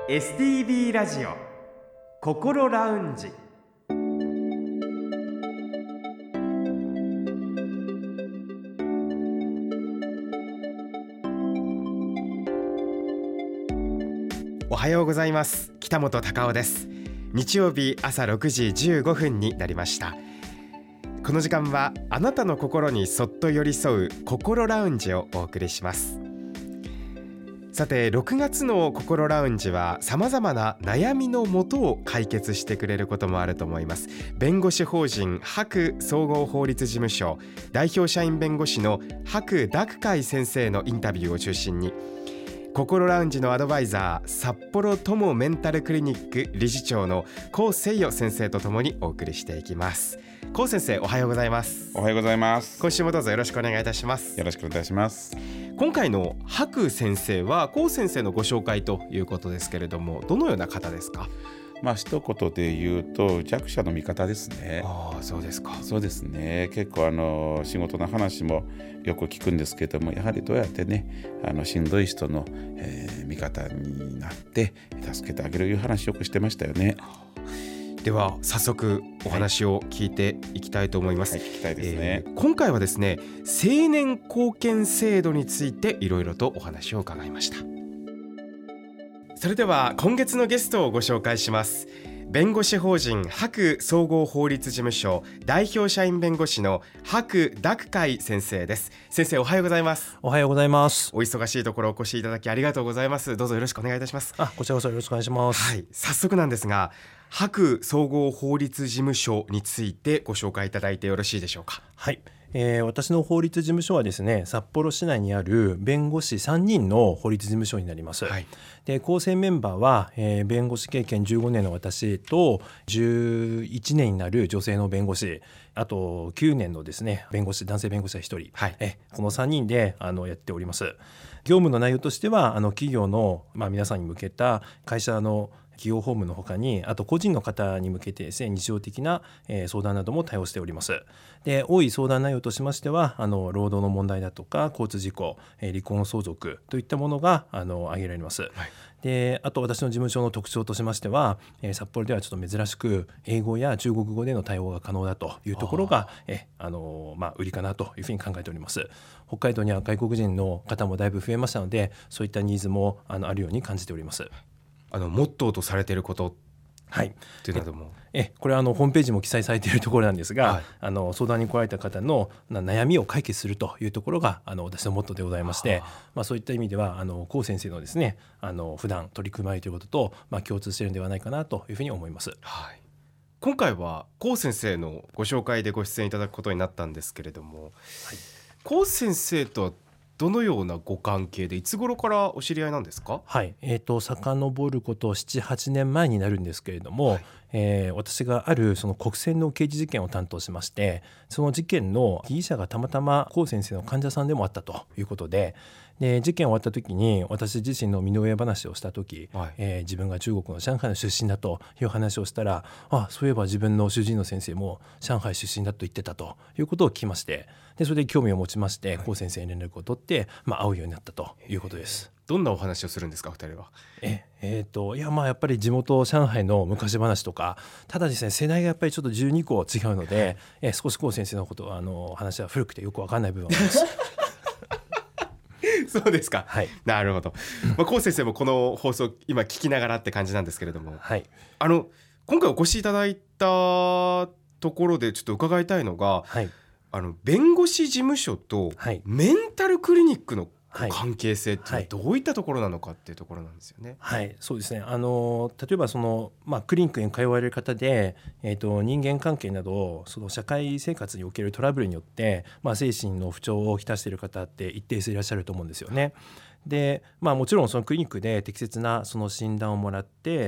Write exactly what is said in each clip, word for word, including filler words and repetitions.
エスティービー ラジオ心ラウンジ。おはようございます。北本隆夫です。日曜日朝ろくじじゅうごふんになりました。この時間はあなたの心にそっと寄り添う心ラウンジをお送りします。さてろくがつの心ラウンジはさまざまな悩みのもとを解決してくれることもあると思います。弁護士法人白総合法律事務所代表社員弁護士の白濁海先生のインタビューを中心に、心ラウンジのアドバイザー札幌友メンタルクリニック理事長の高誠代先生とともにお送りしていきます。高先生、おはようございます。 おはようございます。 今週もどうぞよろしくお願いいたします。 よろしくお願いします。 今回の白先生は高先生のご紹介ということですけれども、どのような方ですか？ まあ一言で言うと弱者の味方ですね。 ああ、そうですか。 そうですね。結構あの仕事の話もよく聞くんですけども、やはりどうやってね、あのしんどい人の、えー、味方になって助けてあげるいう話よくしてましたよね。 では早速お話を聞いていきたいと思います。 はい、聞きたいですね。 えー、今回はですね、青年貢献制度についていろいろとお話を伺いました。それでは今月のゲストをご紹介します。弁護士法人白総合法律事務所代表社員弁護士の白濁海先生です。先生、おはようございます。 おはようございます。 お忙しいところお越しいただきありがとうございます。どうぞよろしくお願いいたします。 あ、こちらこそよろしくお願いします。 はい、早速なんですが、白総合法律事務所についてご紹介いただいてよろしいでしょうか？ はい、えー、私の法律事務所はですね、札幌市内にある弁護士さんにんの法律事務所になります。はい、で構成メンバーは、えー、弁護士経験じゅうごねんの私とじゅういちねんになる女性の弁護士、あときゅうねんのですね弁護士男性弁護士がひとり、はい、えこのさんにんであのやっております。業務の内容としてはあの企業の、まあ、皆さんに向けた会社の企業法務のほかに、あと個人の方に向けてですね、日常的な、えー、相談なども対応しております。で多い相談内容としましては、あの労働の問題だとか交通事故、えー、離婚相続といったものがあの挙げられます。はい、であと私の事務所の特徴としましては、えー、札幌ではちょっと珍しく英語や中国語での対応が可能だというところがえあの、まあ、売りかなというふうに考えております。北海道には外国人の方もだいぶ増えましたので、そういったニーズもあのあるように感じております。 あのモットーとされていることはい、 というのはもえこれはあのホームページも記載されているところなんですが、はい、あの相談に来られた方の悩みを解決するというところがあの私のモットーでございまして、まあ、そういった意味ではあの高先生のですねあの普段取り組まれていることと、まあ、共通しているのではないかなというふうに思います。 はい、今回は高先生のご紹介でご出演いただくことになったんですけれども、はい、高先生とはどのようなご関係で、いつ頃からお知り合いなんですか？ はい、えーと、遡ることななはちねんまえになるんですけれども、はい、えー、私があるその国選の刑事事件を担当しまして、その事件の被疑者がたまたま高先生の患者さんでもあったということで、で事件終わった時に私自身の身の上話をした時、はい、えー、自分が中国の上海の出身だという話をしたら、あ、そういえば自分の主治医の先生も上海出身だと言ってたということを聞きまして、でそれで興味を持ちまして、はい、高先生に連絡を取って、まあ、会うようになったということです。 どんなお話をするんですか、ふたりは？ ええー、といやまあやっぱり地元上海の昔話とか、ただですね世代がやっぱりちょっとじゅうにこ違うので、え少し高先生のことあの話は古くてよく分かんない部分があります。 そうですか、はい、なるほど、まあ、高先生もこの放送今聞きながらって感じなんですけれども、はい、あの今回お越しいただいたところでちょっと伺いたいのが、はい、あの弁護士事務所とメンタルクリニックの関係性っていうのはどういったところなのかっていうところなんですよね。 はい、はい、そうですね。あの例えばその、まあ、クリニックに通われる方で、えー、と人間関係などその社会生活におけるトラブルによって、まあ、精神の不調をきたしている方って一定数いらっしゃると思うんですよね。でまあ、もちろんそのクリニックで適切なその診断をもらって、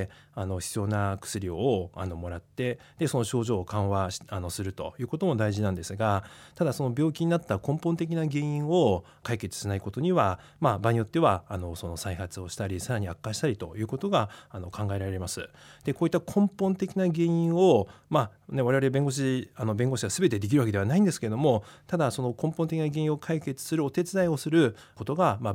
あの必要な薬をあのもらって、でその症状を緩和しあのするということも大事なんですが、ただその病気になった根本的な原因を解決しないことには、まあ、場合によってはあのその再発をしたりさらに悪化したりということがあの考えられます。でこういった根本的な原因を、まあね、我々弁護士あの弁護士は全てできるわけではないんですけれども、ただその根本的な原因を解決するお手伝いをすることが、まあ、場合によってあります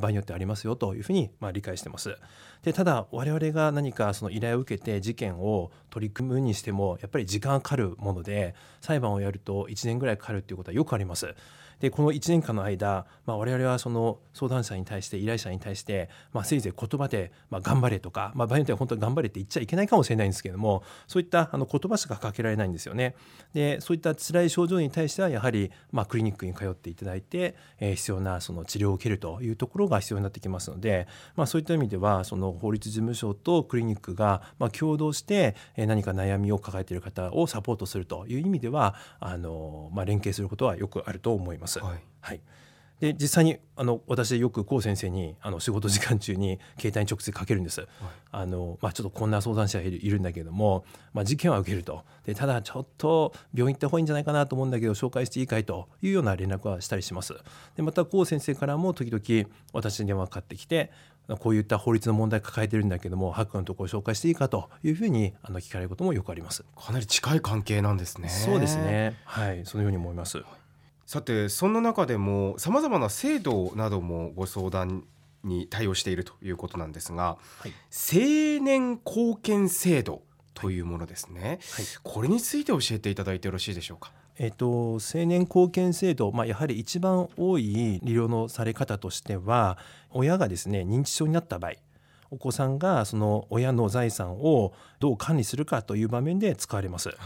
ますよというふうにまあ理解してます。でただ我々が何かその依頼を受けて事件を取り組むにしてもやっぱり時間がかかるもので、裁判をやるといちねんぐらいかかるということはよくあります。でこのいちねんかんの間、まあ、我々はその相談者に対して依頼者に対して、まあ、せいぜい言葉で、まあ、頑張れとか、まあ、場合によっては本当に頑張れって言っちゃいけないかもしれないんですけども、そういったあの言葉しかかけられないんですよね。でそういった辛い症状に対してはやはり、まあ、クリニックに通っていただいて、えー、必要なその治療を受けるというところが必要になってきますので、まあ、そういった意味ではその法律事務所とクリニックが、まあ、共同して、えー、何か悩みを抱えている方をサポートするという意味ではあの、まあ、連携することはよくあると思います。はいはい、で実際にあの私よく高先生にあの仕事時間中に携帯に直接かけるんです。はい、あのまあ、ちょっとこんな相談者がいる、いるんだけども、まあ、事件は受けると。でただちょっと病院行った方がいいんじゃないかなと思うんだけど紹介していいかいというような連絡はしたりします。でまた高先生からも時々私に電話がかかってきて、こういった法律の問題抱えてるんだけどもハックのところを紹介していいかというふうにあの聞かれることもよくあります。 かなり近い関係なんですね。 そうですね、はい、そのように思います。 さてそんな中でもさまざまな制度などもご相談に対応しているということなんですが、はい、青年貢献制度というものですね。はいはい、これについて教えていただいてよろしいでしょうか。 えっと、青年貢献制度、まあ、やはり一番多い利用のされ方としては、親がですね認知症になった場合、お子さんがその親の財産をどう管理するかという場面で使われます。はい、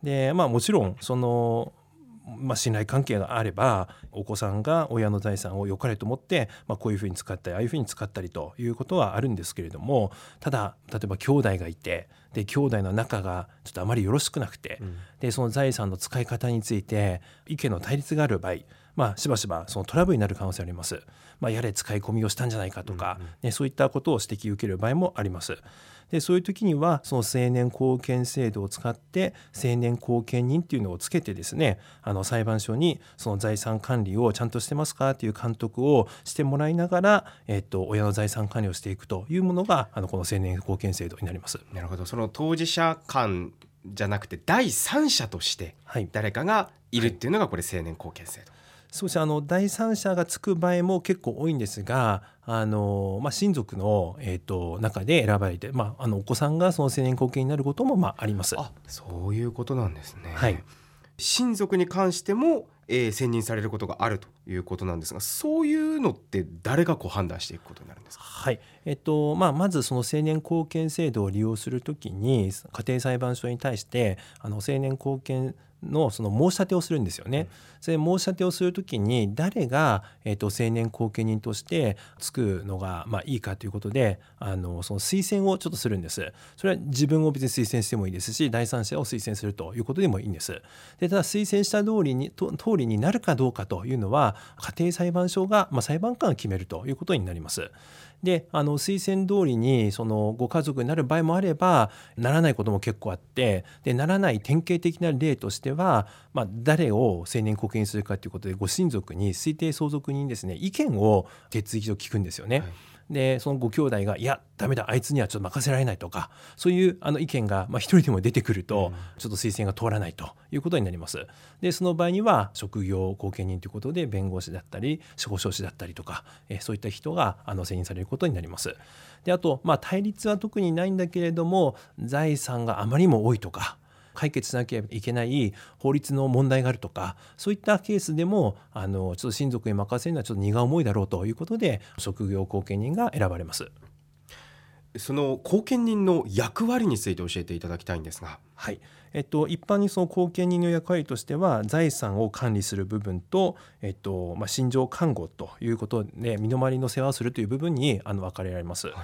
でまあ、もちろんそのまあ、信頼関係があればお子さんが親の財産を良かれと思って、まあ、こういうふうに使ったりああいうふうに使ったりということはあるんですけれども、ただ例えば兄弟がいてで兄弟の仲がちょっとあまりよろしくなくて、うん、でその財産の使い方について意見の対立がある場合、まあ、しばしばそのトラブルになる可能性あります。まあ、やれ使い込みをしたんじゃないかとか、うんうんね、そういったことを指摘を受ける場合もあります。でそういう時にはその青年貢献制度を使って青年貢献人っていうのをつけてですね、あの裁判所にその財産管理をちゃんとしてますかという監督をしてもらいながら、えっと、親の財産管理をしていくというものがあのこの青年貢献制度になります。 なるほど。その当事者間じゃなくて第三者として誰かがいるっていうのがこれ青年貢献制度。 そうですね、あの第三者がつく場合も結構多いんですが、あの、まあ、親族の、えー、と中で選ばれて、まあ、あのお子さんがその青年貢献になることもまああります。 あ、そういうことなんですね。 はい、 親族に関しても、えー、選任されることがあるということなんですが、そういうのって誰がこう判断していくことになるんですか。 はい、えっとまあ、まずその青年貢献制度を利用するときに家庭裁判所に対してあの青年貢献のその申し立てをするんですよね。それ申し立てをするときに誰が、えー、と青年後見人としてつくのがまあいいかということで、あのその推薦をちょっとするんです。それは自分を別に推薦してもいいですし、第三者を推薦するということでもいいんです。でただ推薦した通りにと通りになるかどうかというのは家庭裁判所が、まあ、裁判官が決めるということになります。であの推薦通りにそのご家族になる場合もあればならないことも結構あって、でならない典型的な例としては、まあ、誰を青年後見にするかということでご親族に推定相続人にですね意見を手続き上聞くんですよね。はい、でそのご兄弟がいやダメだあいつにはちょっと任せられないとか、そういうあの意見がまあ一人でも出てくると、うん、ちょっと推薦が通らないということになります。でその場合には職業後見人ということで弁護士だったり司法書士だったりとか、えそういった人があの選任されることになります。であと、まあ、対立は特にないんだけれども財産があまりにも多いとか解決しなきゃいけない法律の問題があるとか、そういったケースでもあのちょっと親族に任せるのはちょっと荷が重いだろうということで職業後見人が選ばれます。 その後見人の役割について教えていただきたいんですが。 はい、えっと、一般にその後見人の役割としては財産を管理する部分と、えっとまあ、心情看護ということで身の回りの世話をするという部分にあの分かれられます。はい、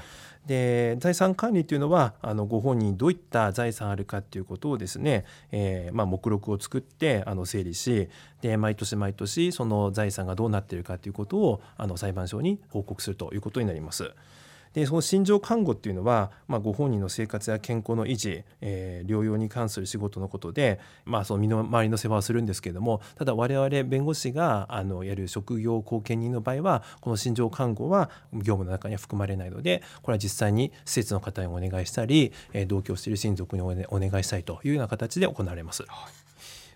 で財産管理というのはあのご本人にどういった財産あるかということをですね、えーまあ、目録を作ってあの整理し、で毎年毎年その財産がどうなっているかということをあの裁判所に報告するということになります。でその心情看護っていうのは、まあ、ご本人の生活や健康の維持、えー、療養に関する仕事のことで、まあ、その身の回りの世話をするんですけれども、ただ我々弁護士があのやる職業後見人の場合はこの心情看護は業務の中には含まれないので、これは実際に施設の方にお願いしたり、えー、同居している親族にお願いしたいというような形で行われます。はい、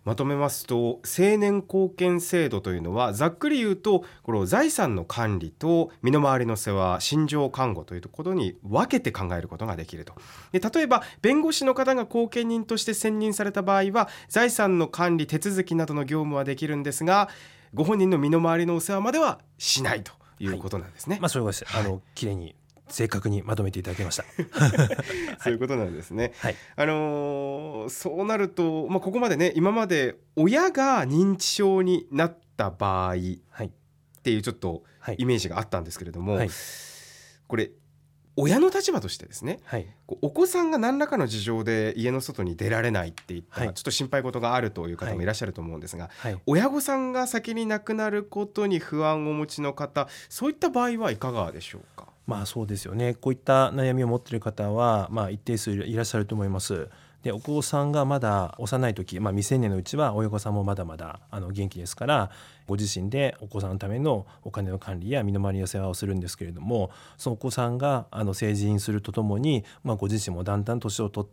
まとめますと、成年後見制度というのはざっくり言うと、この財産の管理と身の回りの世話、心情看護ということに分けて考えることができると。で例えば弁護士の方が後見人として選任された場合は、財産の管理手続きなどの業務はできるんですが、ご本人の身の回りのお世話まではしないということなんですね。 はい、まあ、そういうことです。はい、あのきれいに正確にまとめていただきましたそういうことなんですね。 はい、 あのー、そうなると、まあ、ここまでね、今まで親が認知症になった場合っていうちょっとイメージがあったんですけれども、はい、これ親の立場としてですね、はい、お子さんが何らかの事情で家の外に出られないっていった、はい、ちょっと心配事があるという方もいらっしゃると思うんですが、はいはい、親御さんが先に亡くなることに不安をお持ちの方、そういった場合はいかがでしょうか。 まあそうですよね。こういった悩みを持っている方は、まあ、一定数いらっしゃると思います。でお子さんがまだ幼い時、まあ、未成年のうちは親御さんもまだまだあの元気ですから、ご自身でお子さんのためのお金の管理や身の回りの世話をするんですけれども、そのお子さんがあの成人するとともに、まあ、ご自身もだんだん年を取って、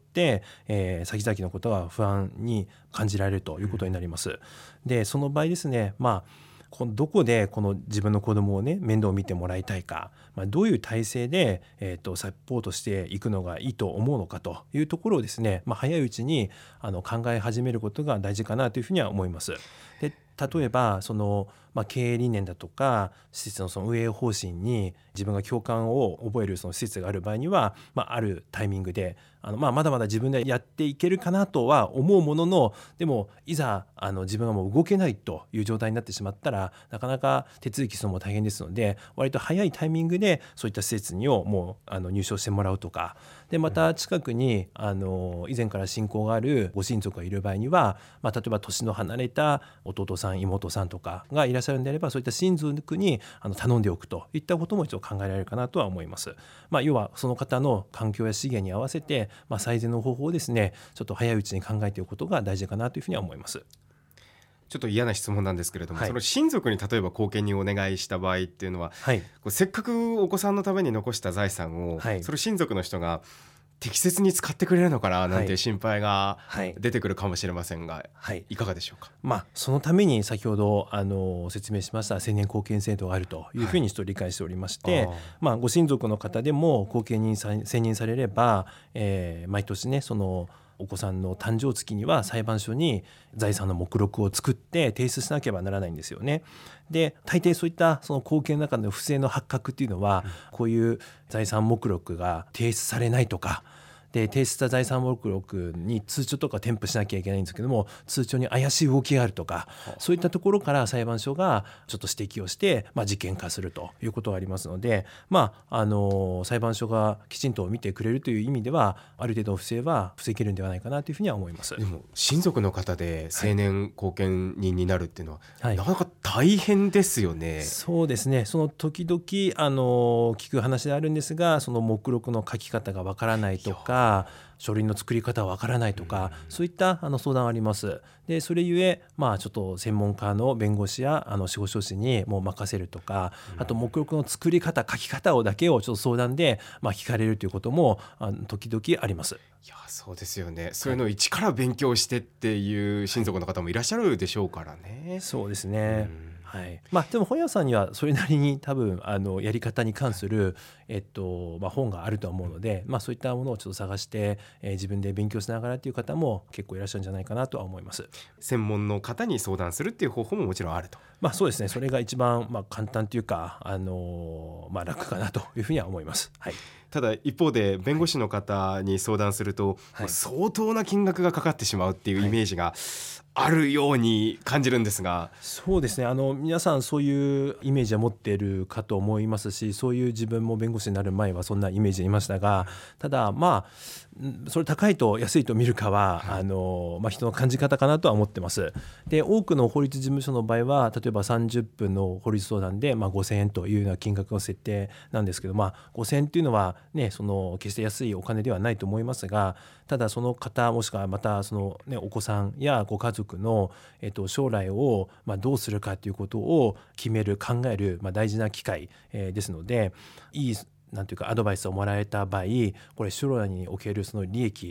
えー、先々のことは不安に感じられるということになります。でその場合ですね、まあどこでこの自分の子供をね面倒を見てもらいたいか、まあ、どういう体制で、えー、とサポートしていくのがいいと思うのかというところをですね、まあ、早いうちにあの考え始めることが大事かなというふうには思います。で例えばその、まあ、経営理念だとか施設のその運営方針に自分が共感を覚えるその施設がある場合には、まあ、あるタイミングであの、まあ、まだまだ自分でやっていけるかなとは思うものの、でもいざあの自分がもう動けないという状態になってしまったらなかなか手続きするのも大変ですので、割と早いタイミングでそういった施設にをもうあの入所してもらうとかで、また近くにあの以前から親交があるご親族がいる場合には、まあ、例えば年の離れた弟さん妹さんとかがいらっしゃるんであれば、そういった親族にあの頼んでおくといったことも一応考えられるかなとは思います。まあ、要はその方の環境や資源に合わせて、まあ、最善の方法をですねちょっと早いうちに考えておくことが大事かなというふうには思います。 ちょっと嫌な質問なんですけれども、はい、その親族に例えば後見人をお願いした場合っていうのは、はい、こうせっかくお子さんのために残した財産を、はい、それ親族の人が適切に使ってくれるのかななんていう心配が出てくるかもしれませんが、はいはい、いかがでしょうか。 まあ、そのために先ほどあの説明しました成年後見制度があるというふうにちょっと理解しておりまして、はい、まあ、ご親族の方でも後見人選任されれば、えー、毎年ねそのお子さんの誕生月には裁判所に財産の目録を作って提出しなければならないんですよね。で大抵そういったその後見の中の不正の発覚っていうのは、うん、こういう財産目録が提出されないとかで、提出した財産目録に通帳とか添付しなきゃいけないんですけども、通帳に怪しい動きがあるとか、そういったところから裁判所がちょっと指摘をして、まあ、事件化するということがありますので、まあ、あの裁判所がきちんと見てくれるという意味ではある程度の不正は防げるんではないかなというふうには思います。 でも親族の方で成年後見人になるっていうのは、はい、なかなか大変ですよね。 そうですね。その時々あの聞く話であるんですが、その目録の書き方がわからないとか、書類の作り方はわからないとか、うん、そういったあの相談はあります。でそれゆえ、まあ、ちょっと専門家の弁護士やあの司法書士にもう任せるとか、うん、あと目録の作り方書き方をだけをちょっと相談で、まあ、聞かれるということもあの時々あります。 いやそうですよね。そういうのを一から勉強してっていう親族の方もいらっしゃるでしょうからね、 はい、そうですね、うんはい、まあ、でも本屋さんにはそれなりに多分あのやり方に関する、えっとまあ、本があると思うので、まあ、そういったものをちょっと探して、えー、自分で勉強しながらという方も結構いらっしゃるんじゃないかなとは思います。 専門の方に相談するっていう方法ももちろんあると。 まあ、そうですね。それが一番、まあ、簡単というか、あのーまあ、楽かなというふうには思います。はい、 ただ一方で弁護士の方に相談すると、はい、相当な金額がかかってしまうっていうイメージが、はいあるように感じるんですが。 そうですね。あの皆さんそういうイメージは持っているかと思いますし、そういう自分も弁護士になる前はそんなイメージでいましたが、ただまあそれ高いと安いと見るかは、はい、あのまあ、人の感じ方かなとは思ってます。で多くの法律事務所の場合は例えばさんじゅっぷんの法律相談で、まあ、ごせんえんというような金額の設定なんですけど、まあ、ごせんえんというのは、ね、その決して安いお金ではないと思いますが、ただその方もしくはまたその、ね、お子さんやご家族の、えっと、将来を、まあ、どうするかということを決める考える、まあ、大事な機会、えー、ですので、いいなんていうかアドバイスをもらえた場合、これ将来におけるその利益って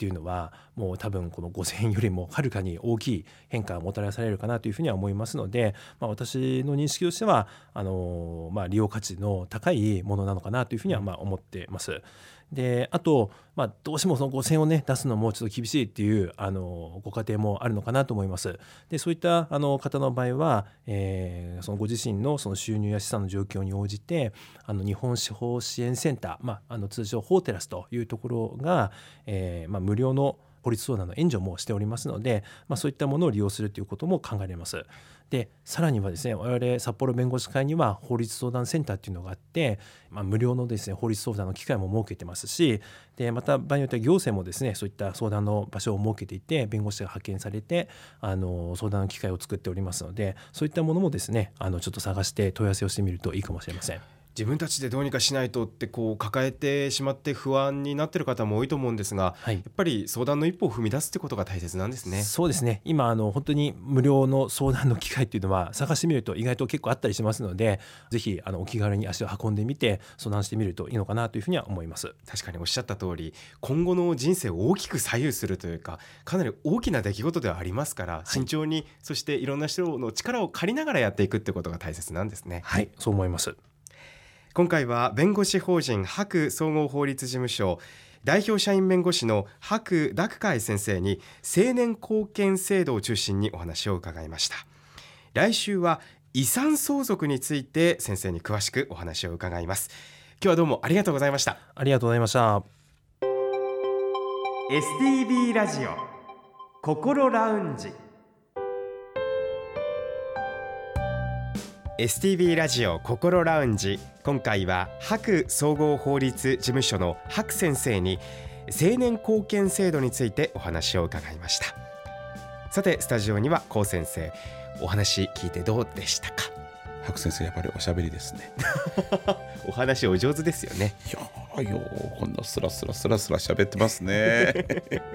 っていうのはもう多分このごせんえんよりもはるかに大きい変化がもたらされるかなというふうには思いますので、まあ、私の認識としてはあの、まあ、利用価値の高いものなのかなというふうにはまあ思ってます。であと、まあ、どうしてもそのごせんえんをね出すのもちょっと厳しいっていうあのご家庭もあるのかなと思います。でそういったあの方の場合は、えー、そのご自身のその収入や資産の状況に応じてあの日本司法支援センター、まあ、あの通称法テラスというところが、えーまあ、無料の法律相談の援助もしておりますので、まあ、そういったものを利用するということも考えられます。でさらにはですね、我々札幌弁護士会には法律相談センターっていうのがあって、まあ、無料のですね法律相談の機会も設けてますし、でまた場合によっては行政もですねそういった相談の場所を設けていて、弁護士が派遣されてあの相談の機会を作っておりますので、そういったものもですねあのちょっと探して問い合わせをしてみるといいかもしれません。 自分たちでどうにかしないとってこう抱えてしまって不安になっている方も多いと思うんですが、はい、やっぱり相談の一歩を踏み出すってことが大切なんですね。 そうですね。今あの本当に無料の相談の機会っていうのは探してみると意外と結構あったりしますので、ぜひあのお気軽に足を運んでみて相談してみるといいのかなというふうには思います。 確かにおっしゃった通り、今後の人生を大きく左右するというか、かなり大きな出来事ではありますから、はい、慎重にそしていろんな人の力を借りながらやっていくってことが大切なんですね。 はい、そう思います。 今回は弁護士法人白総合法律事務所代表社員弁護士の白濁海先生に成年後見制度を中心にお話を伺いました。来週は遺産相続について先生に詳しくお話を伺います。今日はどうもありがとうございました。 ありがとうございました。 エスティービー ラジオ心ラウンジ。エスティービー ラジオ心ラウンジ、今回は白総合法律事務所の白先生に成年後見制度についてお話を伺いました。さてスタジオには高先生、お話聞いてどうでしたか？ 白先生やっぱりおしゃべりですねお話お上手ですよね。 いやよこんなスラスラスラスラ喋ってますね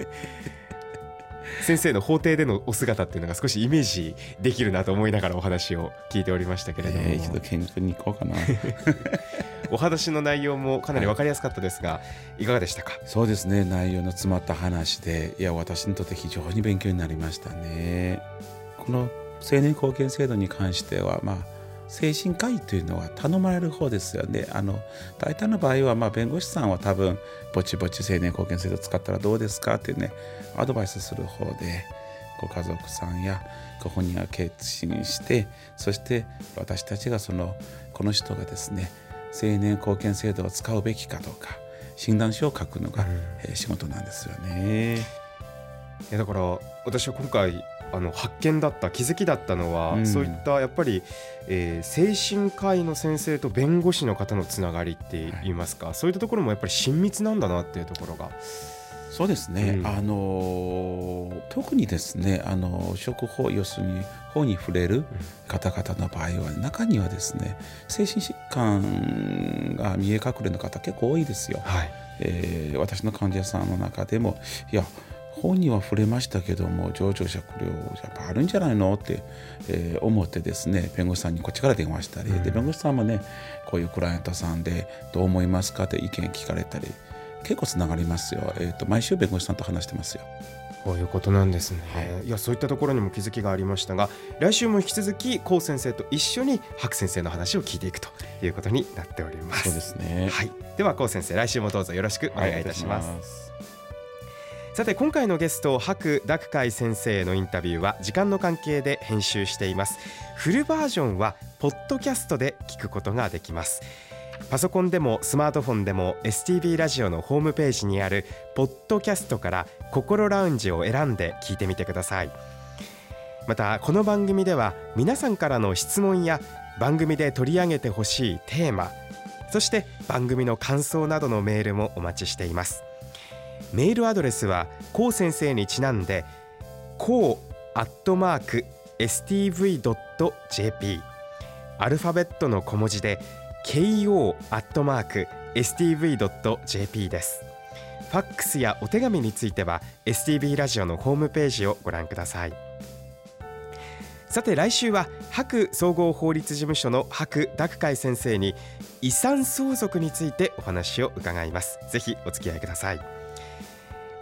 先生の法廷でのお姿っていうのが少しイメージできるなと思いながらお話を聞いておりましたけれども、 えー、一度見学に行こうかなお話の内容もかなり分かりやすかったですが、はい、いかがでしたか？ そうですね、内容の詰まった話で、いや私にとって非常に勉強になりましたね。この成年後見制度に関しては、まあ精神科医というのは頼まれる方ですよね。あの大体の場合は、まあ、弁護士さんは多分ぼちぼち成年後見制度使ったらどうですかってねアドバイスする方で、ご家族さんやご本人が決心して、そして私たちがそのこの人がですね成年後見制度を使うべきかどうか診断書を書くのが、うんえー、仕事なんですよね。 いやだから私は今回あの発見だった気づきだったのは、うん、そういったやっぱり、えー、精神科医の先生と弁護士の方のつながりって言いますか、はい、そういったところもやっぱり親密なんだなっていうところが。 そうですね、うん、あの特にですねあの職法要するに法に触れる方々の場合は、中にはですね精神疾患が見え隠れの方結構多いですよ、はいえー、私の患者さんの中でもいや本には触れましたけども情状酌量やっぱあるんじゃないのって、えー、思ってですね弁護士さんにこっちから電話したり、うん、で弁護士さんもねこういうクライアントさんでどう思いますかって意見聞かれたり結構つながりますよ、えーと、毎週弁護士さんと話してますよ。 こういうことなんですね、はい、いやそういったところにも気づきがありましたが、来週も引き続き高先生と一緒に白先生の話を聞いていくということになっております。 そうですね、 はい、では高先生来週もどうぞよろしくお願いいたします、はい、さて今回のゲスト白濁海先生のインタビューは時間の関係で編集しています。フルバージョンはポッドキャストで聞くことができます。パソコンでもスマートフォンでも エスティービー ラジオのホームページにあるポッドキャストから心ラウンジを選んで聞いてみてください。またこの番組では皆さんからの質問や番組で取り上げてほしいテーマ、そして番組の感想などのメールもお待ちしています。メールアドレスはコウ先生にちなんでコウアットマーク エスティーブイドットジェーピー アルファベットの小文字で ケーオー アットマーク エスティーブイドットジェーピー です。ファックスやお手紙については エスティービー ラジオのホームページをご覧ください。さて来週は白総合法律事務所の白濁海先生に遺産相続についてお話を伺います。ぜひお付き合いください。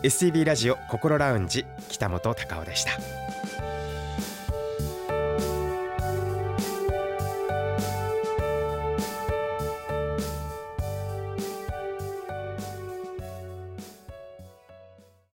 エスティービー ラジオ心ラウンジ北本隆夫でした。